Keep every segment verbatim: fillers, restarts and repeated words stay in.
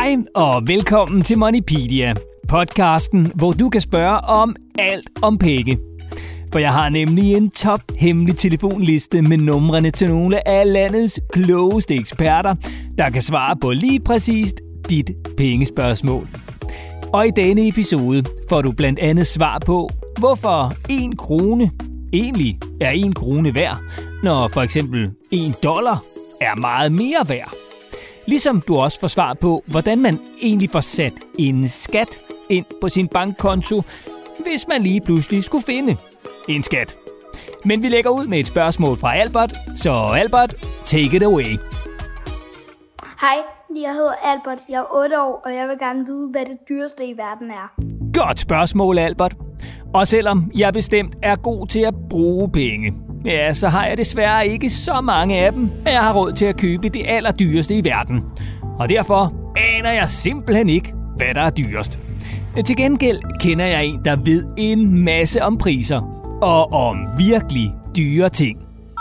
Hej og velkommen til Moneypedia, podcasten, hvor du kan spørge om alt om penge. For jeg har nemlig en top hemmelig telefonliste med numrene til nogle af landets klogeste eksperter, der kan svare på lige præcis dit pengespørgsmål. Og i denne episode får du blandt andet svar på, hvorfor en krone egentlig er en krone værd, når for eksempel en dollar er meget mere værd. Ligesom du også får svar på, hvordan man egentlig får sat en skat ind på sin bankkonto, hvis man lige pludselig skulle finde en skat. Men vi lægger ud med et spørgsmål fra Albert, så Albert, take it away. Hej, jeg hedder Albert, jeg er otte år, og jeg vil gerne vide, hvad det dyreste i verden er. Godt spørgsmål, Albert. Og selvom jeg bestemt er god til at bruge penge, ja, så har jeg desværre ikke så mange af dem, at jeg har råd til at købe det allerdyreste i verden. Og derfor aner jeg simpelthen ikke, hvad der er dyrest. Til gengæld kender jeg en, der ved en masse om priser og om virkelig dyre ting.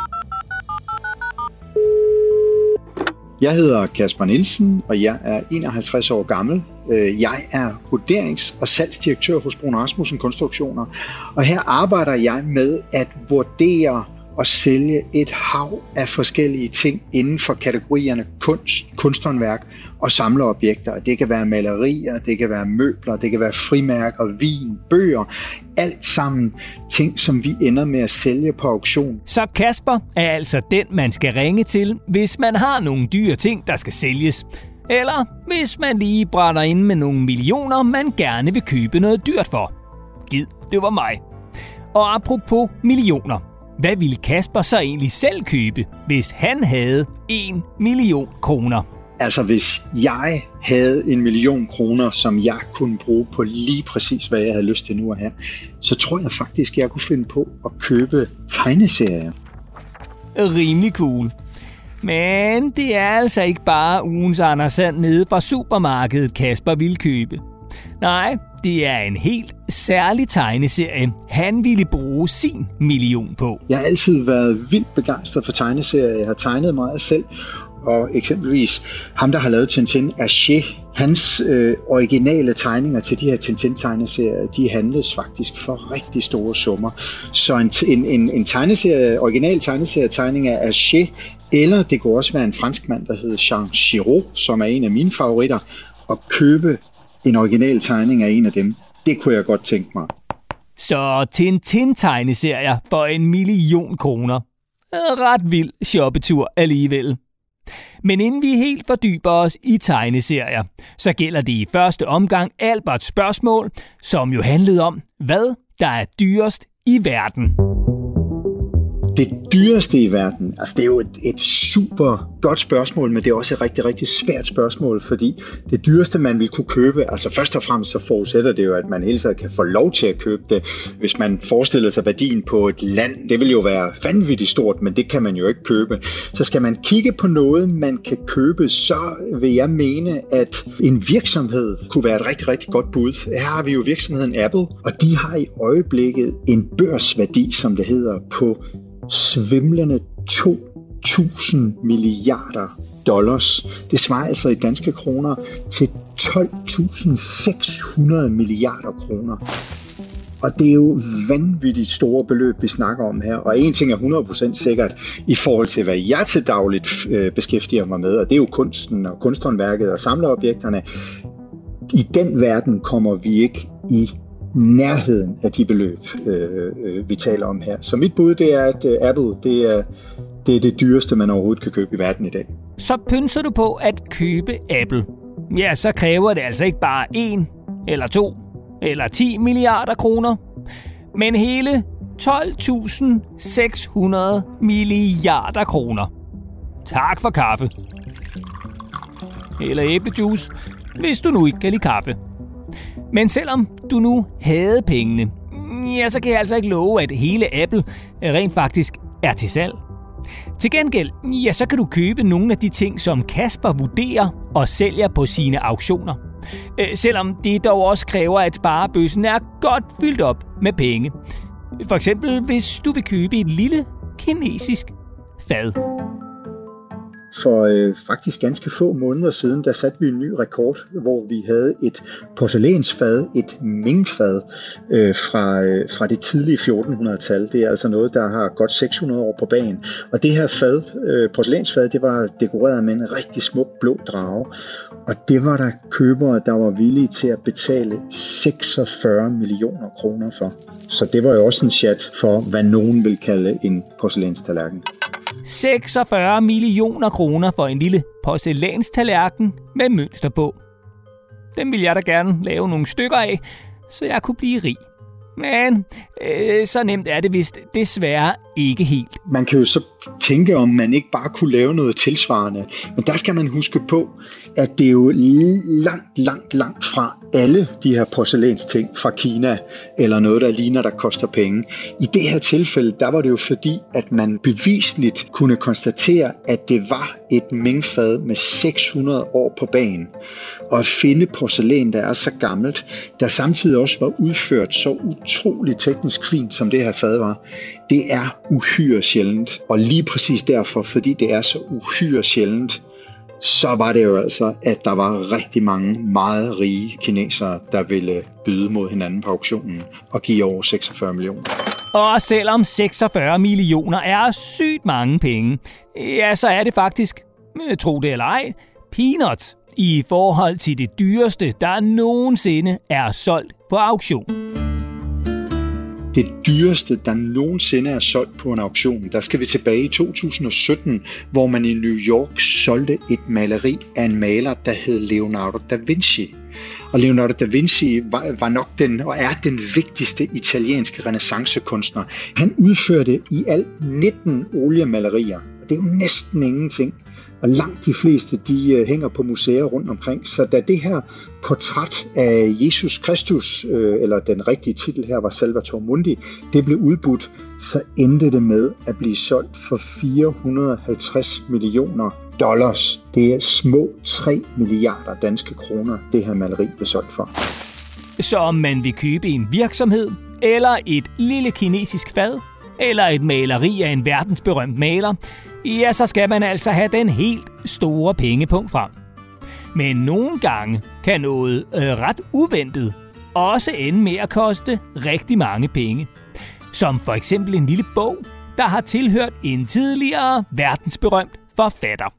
Jeg hedder Kasper Nielsen, og jeg er enoghalvtreds år gammel. Jeg er vurderings- og salgsdirektør hos Bruun Rasmussen Konstruktioner, og her arbejder jeg med at vurdere og sælge et hav af forskellige ting inden for kategorierne kunst, kunsthåndværk og samlerobjekter. Det kan være malerier, det kan være møbler, det kan være frimærker, vin, bøger. Alt sammen ting, som vi ender med at sælge på auktion. Så Kasper er altså den, man skal ringe til, hvis man har nogle dyre ting, der skal sælges. Eller hvis man lige brænder ind med nogle millioner, man gerne vil købe noget dyrt for. Gid, det var mig. Og apropos millioner. Hvad ville Kasper så egentlig selv købe, hvis han havde en million kroner? Altså hvis jeg havde en million kroner, som jeg kunne bruge på lige præcis, hvad jeg havde lyst til nu og her, så tror jeg faktisk, jeg kunne finde på at købe tegneserier. Rimelig cool. Men det er altså ikke bare ugens Anders Sand nede fra supermarkedet, Kasper ville købe. Nej, det er en helt særlig tegneserie, han ville bruge sin million på. Jeg har altid været vildt begejstret for tegneserier. Jeg har tegnet meget selv. Og eksempelvis ham, der har lavet Tintin, Hergé, hans øh, originale tegninger til de her Tintin-tegneserier, de handles faktisk for rigtig store summer. Så en, en, en, en tegneserie, original tegneserietegning af Hergé, eller det kunne også være en franskmand, der hedder Jean Giraud, som er en af mine favoritter, og købe en original tegning af en af dem. Det kunne jeg godt tænke mig. Så Tintin-tegneserier for en million kroner. Ret vild shoppetur alligevel. Men inden vi helt fordyber os i tegneserier, så gælder det i første omgang Alberts spørgsmål, som jo handlede om, hvad der er dyrest i verden. Det dyreste i verden, altså det er jo et, et super godt spørgsmål, men det er også et rigtig, rigtig svært spørgsmål, fordi det dyreste, man vil kunne købe, altså først og fremmest så forudsætter det jo, at man hele tiden kan få lov til at købe det. Hvis man forestiller sig værdien på et land, det vil jo være vanvittigt stort, men det kan man jo ikke købe. Så skal man kigge på noget, man kan købe, så vil jeg mene, at en virksomhed kunne være et rigtig, rigtig godt bud. Her har vi jo virksomheden Apple, og de har i øjeblikket en børsværdi, som det hedder, på svimlende to tusind milliarder dollars. Det svarer altså i danske kroner til tolv tusind seks hundrede milliarder kroner. Og det er jo vanvittigt store beløb, vi snakker om her. Og en ting er hundrede procent sikkert i forhold til, hvad jeg til dagligt øh, beskæftiger mig med, og det er jo kunsten og kunsthåndværket og samlerobjekterne. I den verden kommer vi ikke i nærheden af de beløb, øh, øh, vi taler om her. Så mit bud, det er, at øh, Apple, det er, det er det dyreste, man overhovedet kan købe i verden i dag. Så pynser du på at købe Apple. Ja, så kræver det altså ikke bare en, eller to, eller ti milliarder kroner, men hele tolv tusind seks hundrede milliarder kroner. Tak for kaffe. Eller æblejuice, hvis du nu ikke kan lide kaffe. Men selvom du nu havde pengene, ja, så kan jeg altså ikke love, at hele Apple rent faktisk er til salg. Til gengæld, ja, så kan du købe nogle af de ting, som Kasper vurderer og sælger på sine auktioner. Selvom det dog også kræver, at sparebøssen er godt fyldt op med penge. For eksempel, hvis du vil købe et lille kinesisk fad. For øh, faktisk ganske få måneder siden, der satte vi en ny rekord, hvor vi havde et porcelænsfad, et Ming-fad øh, fra, øh, fra det tidlige fjortenhundrede-tal. Det er altså noget, der har godt seks hundrede år på bagen. Og det her fad, øh, porcelænsfad, det var dekoreret med en rigtig smuk blå drage. Og det var der købere, der var villige til at betale seksogfyrre millioner kroner for. Så det var jo også en chat for, hvad nogen vil kalde en porcelænstallerken. seksogfyrre millioner kroner for en lille porcelænstallerken med mønster på. Den ville jeg da gerne lave nogle stykker af, så jeg kunne blive rig. Men øh, så nemt er det vist desværre ikke helt. Man kan jo så tænke, om man ikke bare kunne lave noget tilsvarende. Men der skal man huske på, at det er jo langt, langt, langt fra alle de her porcelænsting fra Kina, eller noget, der ligner, der koster penge. I det her tilfælde, der var det jo fordi, at man bevisligt kunne konstatere, at det var et Ming-fad med seks hundrede år på bagen. Og at finde porcelæn, der er så gammelt, der samtidig også var udført så utroligt teknisk fint, som det her fad var, det er uhyre sjældent. Og lige præcis derfor, fordi det er så uhyre sjældent, så var det jo altså, at der var rigtig mange meget rige kinesere, der ville byde mod hinanden på auktionen og give over seksogfyrre millioner. Og selvom seksogfyrre millioner er sygt mange penge, ja, så er det faktisk, tro det eller ej, peanuts i forhold til det dyreste, der nogensinde er solgt på auktion. Det dyreste, der nogensinde er solgt på en auktion, der skal vi tilbage i to tusind og sytten, hvor man i New York solgte et maleri af en maler, der hed Leonardo da Vinci. Og Leonardo da Vinci var, var nok den, og er den vigtigste italienske renæssancekunstner. Han udførte i alt nitten oliemalerier, og det er jo næsten ingenting. Og langt de fleste, de hænger på museer rundt omkring. Så da det her portræt af Jesus Kristus, eller den rigtige titel her var Salvator Mundi, det blev udbudt, så endte det med at blive solgt for fire hundrede og halvtreds millioner dollars. Det er små tre milliarder danske kroner, det her maleri blev solgt for. Så om man vil købe en virksomhed, eller et lille kinesisk fad, eller et maleri af en verdensberømt maler, ja, så skal man altså have den helt store pengepunkt frem. Men nogle gange kan noget øh, ret uventet også ende med at koste rigtig mange penge. Som for eksempel en lille bog, der har tilhørt en tidligere verdensberømt forfatter.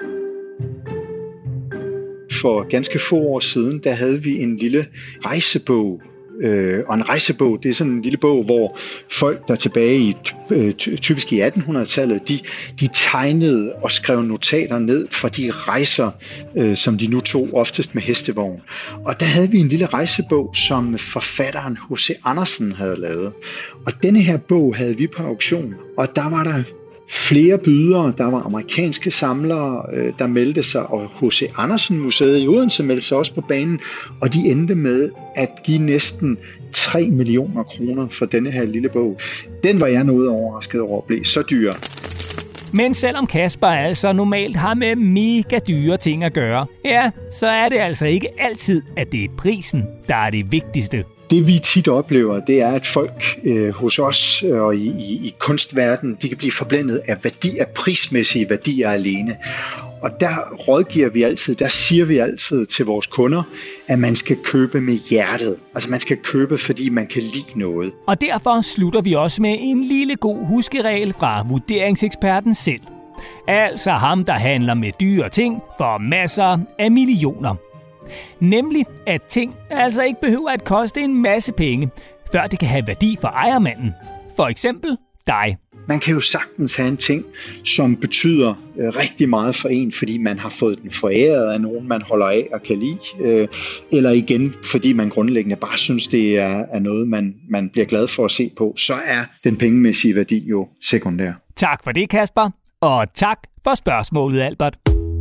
For ganske få år siden, der havde vi en lille rejsebog. Øh, og en rejsebog, det er sådan en lille bog, hvor folk, der tilbage i øh, typisk i attenhundredetallet, de, de tegnede og skrev notater ned for de rejser, øh, som de nu tog oftest med hestevogn. Og der havde vi en lille rejsebog, som forfatteren H C Andersen havde lavet. Og denne her bog havde vi på auktion, og der var der flere bydere. Der var amerikanske samlere, øh, der meldte sig, og H C Andersen Museet i Odense meldte sig også på banen, og de endte med at give næsten tre millioner kroner for denne her lille bog. Den var jeg noget overrasket over at blive så dyr. Men selvom Kasper altså normalt har med mega dyre ting at gøre, ja, så er det altså ikke altid, at det er prisen, der er det vigtigste. Det vi tit oplever, det er, at folk øh, hos os og i, i, i kunstverdenen, de kan blive forblændet af værdi, af prismæssige værdier alene. Og der rådgiver vi altid, der siger vi altid til vores kunder, at man skal købe med hjertet. Altså man skal købe, fordi man kan lide noget. Og derfor slutter vi også med en lille god huskeregel fra vurderingseksperten selv. Altså ham, der handler med dyre ting for masser af millioner. Nemlig, at ting altså ikke behøver at koste en masse penge, før det kan have værdi for ejermanden. For eksempel dig. Man kan jo sagtens have en ting, som betyder øh, rigtig meget for en, fordi man har fået den foræret af nogen, man holder af og kan lide. Øh, eller igen, fordi man grundlæggende bare synes, det er, er noget, man, man bliver glad for at se på. Så er den pengemæssige værdi jo sekundær. Tak for det, Kasper. Og tak for spørgsmålet, Albert.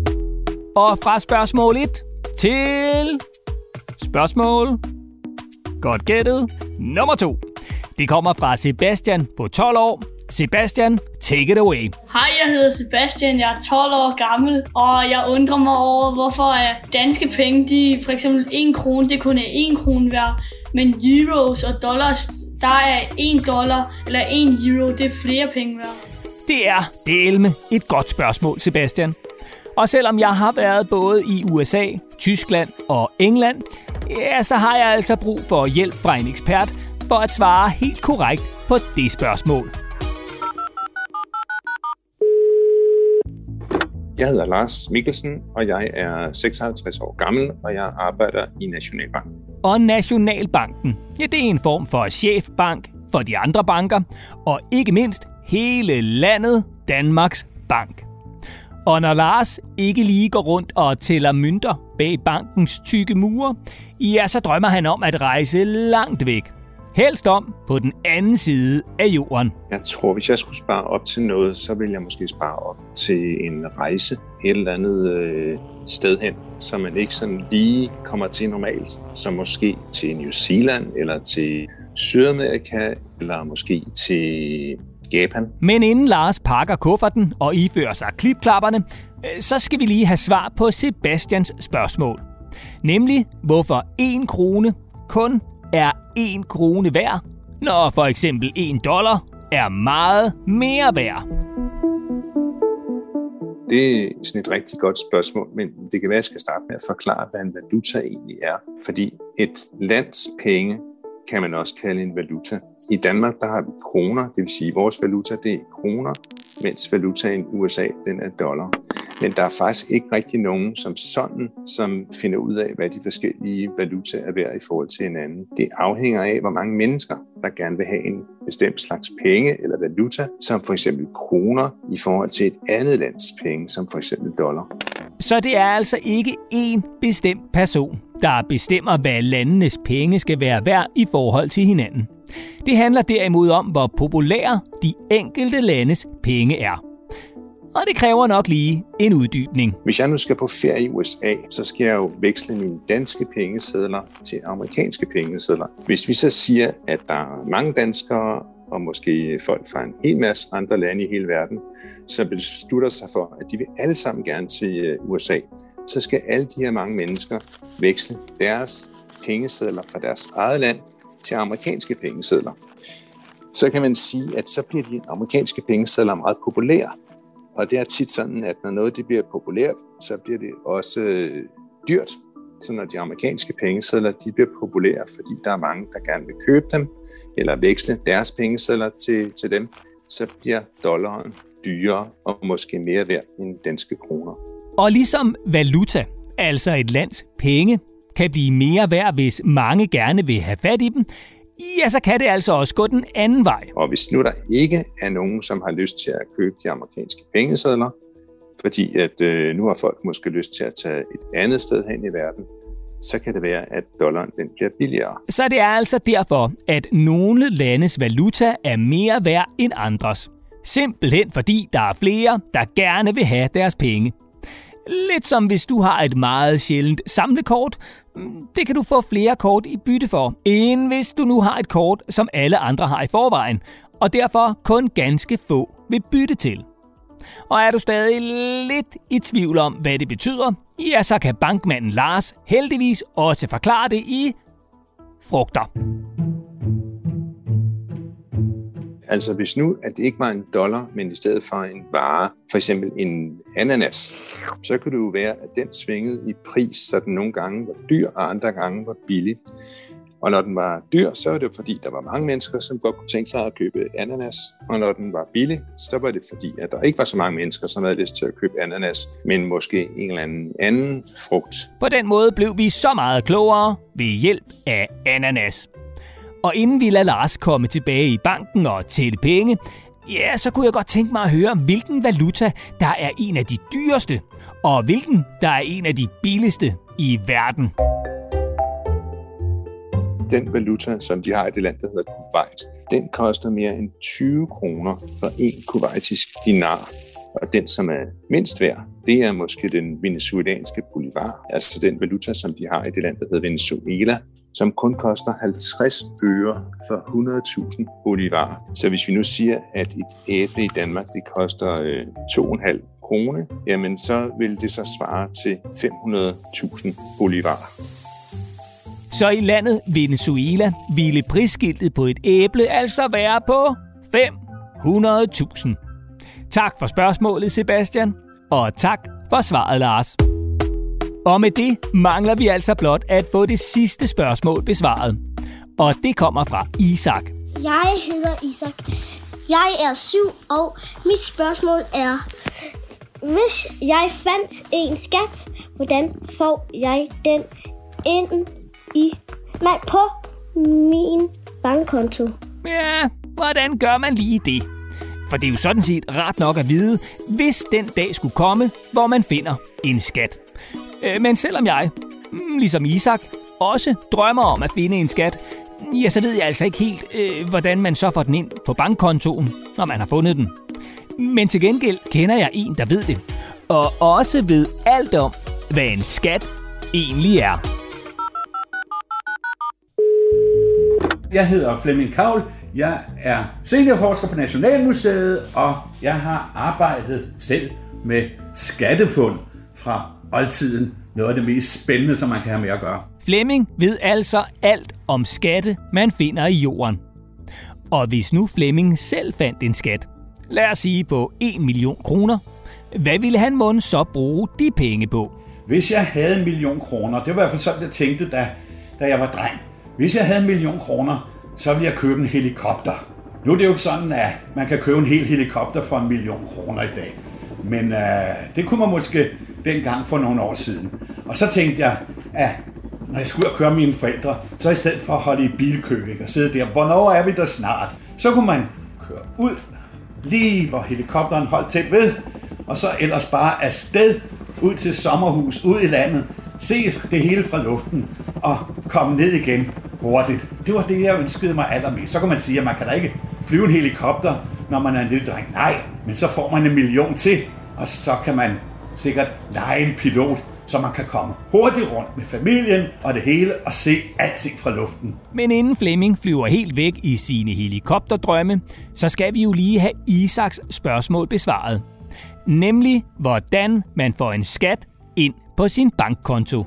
Og fra spørgsmål et til spørgsmål, godt gættet, nummer to. Det kommer fra Sebastian på tolv år. Sebastian, take it away. Hej, jeg hedder Sebastian, jeg er tolv år gammel, og jeg undrer mig over, hvorfor danske penge, de for eksempel en krone, det kun er en krone værd, men euros og dollars, der er en dollar eller en euro, det er flere penge værd. Det er delme et godt spørgsmål, Sebastian. Og selvom jeg har været både i U S A, Tyskland og England, ja, så har jeg altså brug for hjælp fra en ekspert for at svare helt korrekt på det spørgsmål. Jeg hedder Lars Mikkelsen, og jeg er seksoghalvtreds år gammel, og jeg arbejder i Nationalbanken. Og Nationalbanken, ja, det er en form for chefbank for de andre banker, og ikke mindst hele landet Danmarks Bank. Og når Lars ikke lige går rundt og tæller mønter bag bankens tykke mure, ja, så drømmer han om at rejse langt væk. Helst om på den anden side af jorden. Jeg tror, hvis jeg skulle spare op til noget, så ville jeg måske spare op til en rejse et eller andet øh, sted hen, så man ikke sådan lige kommer til normalt, som måske til New Zealand eller til Sydamerika eller måske til Japan. Men inden Lars pakker kufferten og ifører sig klipklapperne, så skal vi lige have svar på Sebastians spørgsmål. Nemlig, hvorfor en krone kun er en krone værd, når for eksempel en dollar er meget mere værd. Det er sådan et rigtig godt spørgsmål, men det kan være, at jeg skal starte med at forklare, hvad en valuta egentlig er. Fordi et lands penge kan man også kalde en valuta. I Danmark der har vi kroner, det vil sige, at vores valuta det er kroner, mens valutaen i U S A den er dollar. Men der er faktisk ikke rigtig nogen som sådan, som finder ud af, hvad de forskellige valutaer er værd i forhold til hinanden. Det afhænger af, hvor mange mennesker, der gerne vil have en bestemt slags penge eller valuta, som for eksempel kroner i forhold til et andet lands penge, som for eksempel dollar. Så det er altså ikke én bestemt person, der bestemmer, hvad landenes penge skal være værd i forhold til hinanden. Det handler derimod om, hvor populære de enkelte landes penge er. Og det kræver nok lige en uddybning. Hvis jeg nu skal på ferie i U S A, så skal jeg jo veksle mine danske pengesedler til amerikanske pengesedler. Hvis vi så siger, at der er mange danskere og måske folk fra en hel masse andre lande i hele verden, så beslutter sig for, at de vil alle sammen gerne til U S A, så skal alle de her mange mennesker veksle deres pengesedler fra deres eget land til amerikanske pengesedler. Så kan man sige, at så bliver de amerikanske pengesedler meget populære. Og det er tit sådan, at når noget det bliver populært, så bliver det også øh, dyrt. Så når de amerikanske pengesedler de bliver populære, fordi der er mange, der gerne vil købe dem, eller veksle deres pengesedler til, til dem, så bliver dollaren dyrere og måske mere værd end danske kroner. Og ligesom valuta, altså et lands penge, kan blive mere værd, hvis mange gerne vil have fat i dem, ja, så kan det altså også gå den anden vej. Og hvis nu der ikke er nogen, som har lyst til at købe de amerikanske pengesedler, fordi at øh, nu har folk måske lyst til at tage et andet sted hen i verden, så kan det være, at dollaren den bliver billigere. Så det er altså derfor, at nogle landes valuta er mere værd end andres. Simpelthen fordi der er flere, der gerne vil have deres penge. Lidt som hvis du har et meget sjældent samlekort. Det kan du få flere kort i bytte for, end hvis du nu har et kort, som alle andre har i forvejen, og derfor kun ganske få vil bytte til. Og er du stadig lidt i tvivl om, hvad det betyder, ja, så kan bankmanden Lars heldigvis også forklare det i frugter. Altså hvis nu, at det ikke var en dollar, men i stedet for en vare, for eksempel en ananas, så kunne det jo være, at den svingede i pris, så den nogle gange var dyr, og andre gange var billig. Og når den var dyr, så var det fordi, der var mange mennesker, som godt kunne tænke sig at købe ananas. Og når den var billig, så var det fordi, at der ikke var så mange mennesker, som havde lyst til at købe ananas, men måske en eller anden anden frugt. På den måde blev vi så meget klogere ved hjælp af ananas. Og inden vi lader Lars komme tilbage i banken og tælle penge, ja, så kunne jeg godt tænke mig at høre, hvilken valuta, der er en af de dyreste, og hvilken, der er en af de billigste i verden. Den valuta, som de har i det land, der hedder Kuwait, den koster mere end tyve kroner for en kuwaitisk dinar. Og den, som er mindst værd, det er måske den venezuelanske bolivar, altså den valuta, som de har i det land, der hedder Venezuela, som kun koster halvtreds øre for hundrede tusind bolivarer. Så hvis vi nu siger, at et æble i Danmark det koster øh, to komma fem kroner, jamen så vil det så svare til fem hundrede tusind bolivarer. Så i landet Venezuela ville prisskiltet på et æble altså være på fem hundrede tusind. Tak for spørgsmålet, Sebastian, og tak for svaret, Lars. Og med det mangler vi altså blot at få det sidste spørgsmål besvaret. Og det kommer fra Isak. Jeg hedder Isak. Jeg er syv år. Mit spørgsmål er, hvis jeg fandt en skat, hvordan får jeg den ind i, nej, på min bankkonto? Ja, hvordan gør man lige det? For det er jo sådan set ret nok at vide, hvis den dag skulle komme, hvor man finder en skat. Men selvom jeg, ligesom Isak, også drømmer om at finde en skat, ja, så ved jeg altså ikke helt, øh, hvordan man så får den ind på bankkontoen, når man har fundet den. Men til gengæld kender jeg en, der ved det, og også ved alt om, hvad en skat egentlig er. Jeg hedder Flemming Kaul. Jeg er seniorforsker på Nationalmuseet, og jeg har arbejdet selv med skattefund fra oldtiden. Noget af det mest spændende, som man kan have med at gøre. Flemming ved altså alt om skatte, man finder i jorden. Og hvis nu Flemming selv fandt en skat, lad os sige på en million kroner, hvad ville han mon så bruge de penge på? Hvis jeg havde en million kroner, det var i hvert fald sådan, jeg tænkte, da, da jeg var dreng. Hvis jeg havde en million kroner, så ville jeg købe en helikopter. Nu er det jo ikke sådan, at man kan købe en hel helikopter for en million kroner i dag. Men øh, det kunne man måske dengang for nogle år siden. Og så tænkte jeg, at når jeg skulle ud og køre mine forældre, så i stedet for at holde i bilkø, ikke, og sidde der, hvornår er vi der snart? Så kunne man køre ud, lige hvor helikopteren holdt tæt ved, og så ellers bare afsted ud til sommerhus, ud i landet, se det hele fra luften og komme ned igen hurtigt. Det var det, jeg ønskede mig allermest. Så kan man sige, at man kan da ikke flyve en helikopter, når man er en lille dreng. Nej, men så får man en million til, og så kan man sikkert lege en pilot, så man kan komme hurtigt rundt med familien og det hele og se alting fra luften. Men inden Flemming flyver helt væk i sine helikopterdrømme, så skal vi jo lige have Isaks spørgsmål besvaret. Nemlig, hvordan man får en skat ind på sin bankkonto.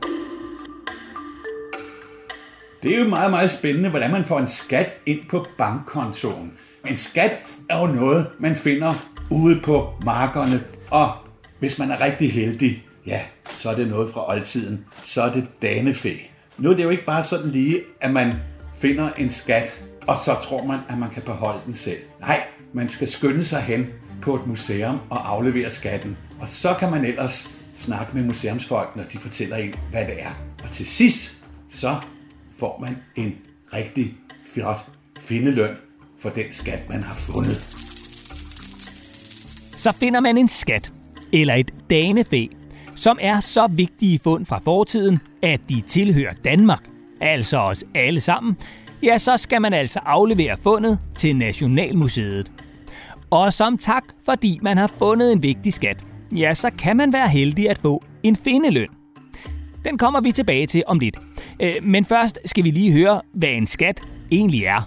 Det er jo meget, meget spændende, hvordan man får en skat ind på bankkontoen. En skat er jo noget, man finder ude på markerne, og hvis man er rigtig heldig, ja, så er det noget fra oldtiden. Så er det danefæ. Nu er det jo ikke bare sådan lige, at man finder en skat, og så tror man, at man kan beholde den selv. Nej, man skal skynde sig hen på et museum og aflevere skatten. Og så kan man ellers snakke med museumsfolk, når de fortæller en, hvad det er. Og til sidst, så får man en rigtig flot findeløn for den skat, man har fundet. Så finder man en skat, eller et danefæ, som er så vigtige fund fra fortiden, at de tilhører Danmark, altså os alle sammen, ja, så skal man altså aflevere fundet til Nationalmuseet. Og som tak, fordi man har fundet en vigtig skat, ja, så kan man være heldig at få en findeløn. Den kommer vi tilbage til om lidt. Men først skal vi lige høre, hvad en skat egentlig er.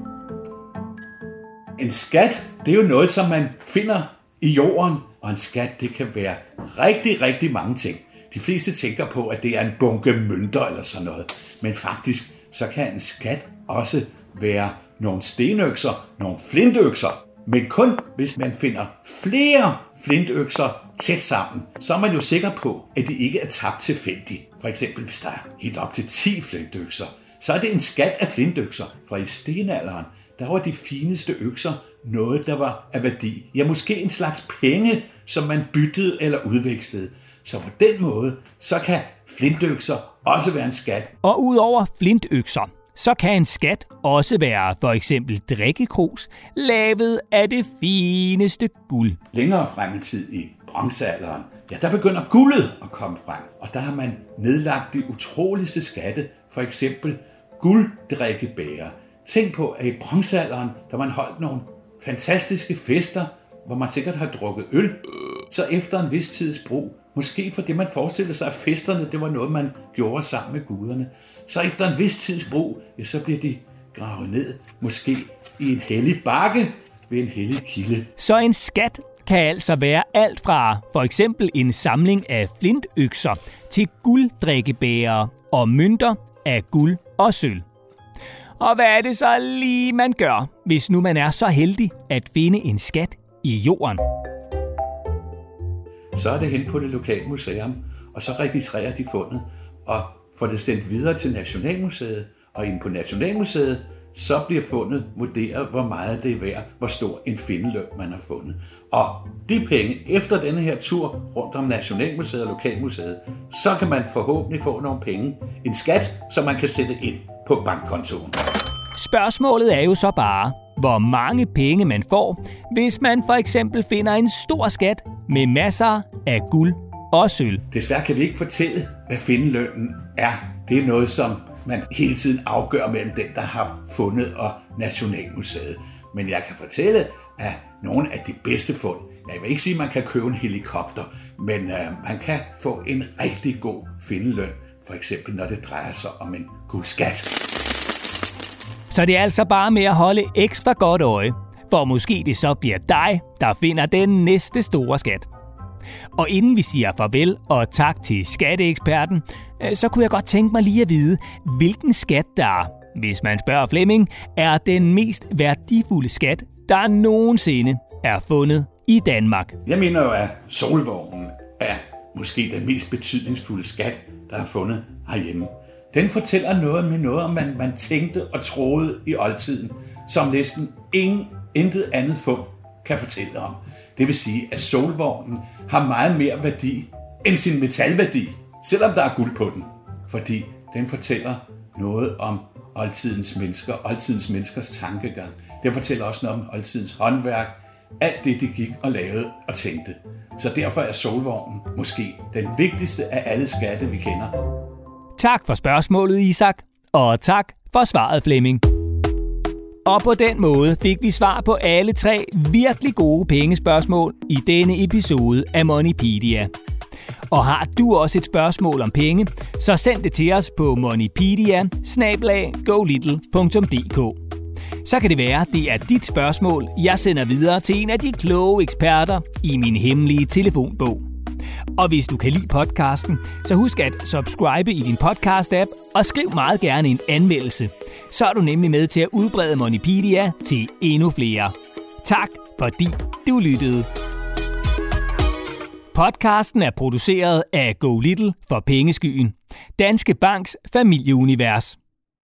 En skat, det er jo noget, som man finder i jorden, og en skat, det kan være rigtig, rigtig mange ting. De fleste tænker på, at det er en bunke mønter eller sådan noget. Men faktisk, så kan en skat også være nogle stenøkser, nogle flintøkser. Men kun hvis man finder flere flintøkser tæt sammen, så er man jo sikker på, at de ikke er tabt tilfældigt. For eksempel, hvis der er helt op til ti flintøkser, så er det en skat af flintøkser. For i stenalderen, der var de fineste økser noget, der var af værdi. Ja, måske en slags penge, som man byttede eller udvekslede. Så på den måde, så kan flintøkser også være en skat. Og udover flintøkser, så kan en skat også være for eksempel drikkekrus, lavet af det fineste guld. Længere frem i tid i bronzealderen, ja, der begynder guldet at komme frem. Og der har man nedlagt de utroligste skatte, for eksempel gulddrikkebæger. Tænk på, at i bronzealderen, der man holdt nogle fantastiske fester, hvor man sikkert har drukket øl. Så efter en vis tids brug, måske for det man forestillede sig, at festerne, det var noget, man gjorde sammen med guderne. Så efter en vis tids brug, ja, så bliver de gravet ned, måske i en hellig bakke ved en hellig kilde. Så en skat kan altså være alt fra for eksempel en samling af flintøkser til gulddrikkebæger og mønter af guld og sølv. Og hvad er det så lige, man gør, hvis nu man er så heldig at finde en skat i jorden? så er det hen på det lokale museum, og så registrerer de fundet, og får det sendt videre til Nationalmuseet, og inde på Nationalmuseet, så bliver fundet vurderet, hvor meget det er værd, hvor stor en findeløn man har fundet. Og de penge, efter denne her tur rundt om Nationalmuseet og Lokalmuseet, så kan man forhåbentlig få nogle penge, en skat, som man kan sætte ind på bankkontoen. Spørgsmålet er jo så bare, hvor mange penge man får, hvis man for eksempel finder en stor skat med masser af guld og sølv. Desværre kan vi ikke fortælle, hvad findelønnen er. Det er noget, som man hele tiden afgør mellem den, der har fundet, og Nationalmuseet. Men jeg kan fortælle, at nogle af de bedste fund, jeg vil ikke sige, at man kan købe en helikopter, men uh, man kan få en rigtig god findeløn, for eksempel når det drejer sig om en guldskat. Så det er altså bare med at holde ekstra godt øje, for måske det så bliver dig, der finder den næste store skat. Og inden vi siger farvel og tak til skatteeksperten, så kunne jeg godt tænke mig lige at vide, hvilken skat der, hvis man spørger Flemming, er den mest værdifulde skat, der nogensinde er fundet i Danmark. Jeg mener jo, at Solvognen er måske den mest betydningsfulde skat, der er fundet herhjemme. Den fortæller noget med noget, om man, man tænkte og troede i oldtiden, som næsten ingen, intet andet fund kan fortælle om. Det vil sige, at Solvognen har meget mere værdi end sin metalværdi, selvom der er guld på den. Fordi den fortæller noget om oldtidens mennesker, oldtidens menneskers tankegang. Den fortæller også noget om oldtidens håndværk, alt det, de gik og lavede og tænkte. Så derfor er Solvognen måske den vigtigste af alle skatte, vi kender. Tak for spørgsmålet, Isak, og tak for svaret, Flemming. Og på den måde fik vi svar på alle tre virkelig gode pengespørgsmål i denne episode af Moneypedia. Og har du også et spørgsmål om penge, så send det til os på moneypedia bindestreg go little punktum d k. Så kan det være, det er dit spørgsmål, jeg sender videre til en af de kloge eksperter i min hemmelige telefonbog. Og hvis du kan lide podcasten, så husk at subscribe i din podcast-app og skriv meget gerne en anmeldelse. Så er du nemlig med til at udbrede Moneypedia til endnu flere. Tak fordi du lyttede. Podcasten er produceret af Go Little for Pengeskyen, Danske Banks familieunivers.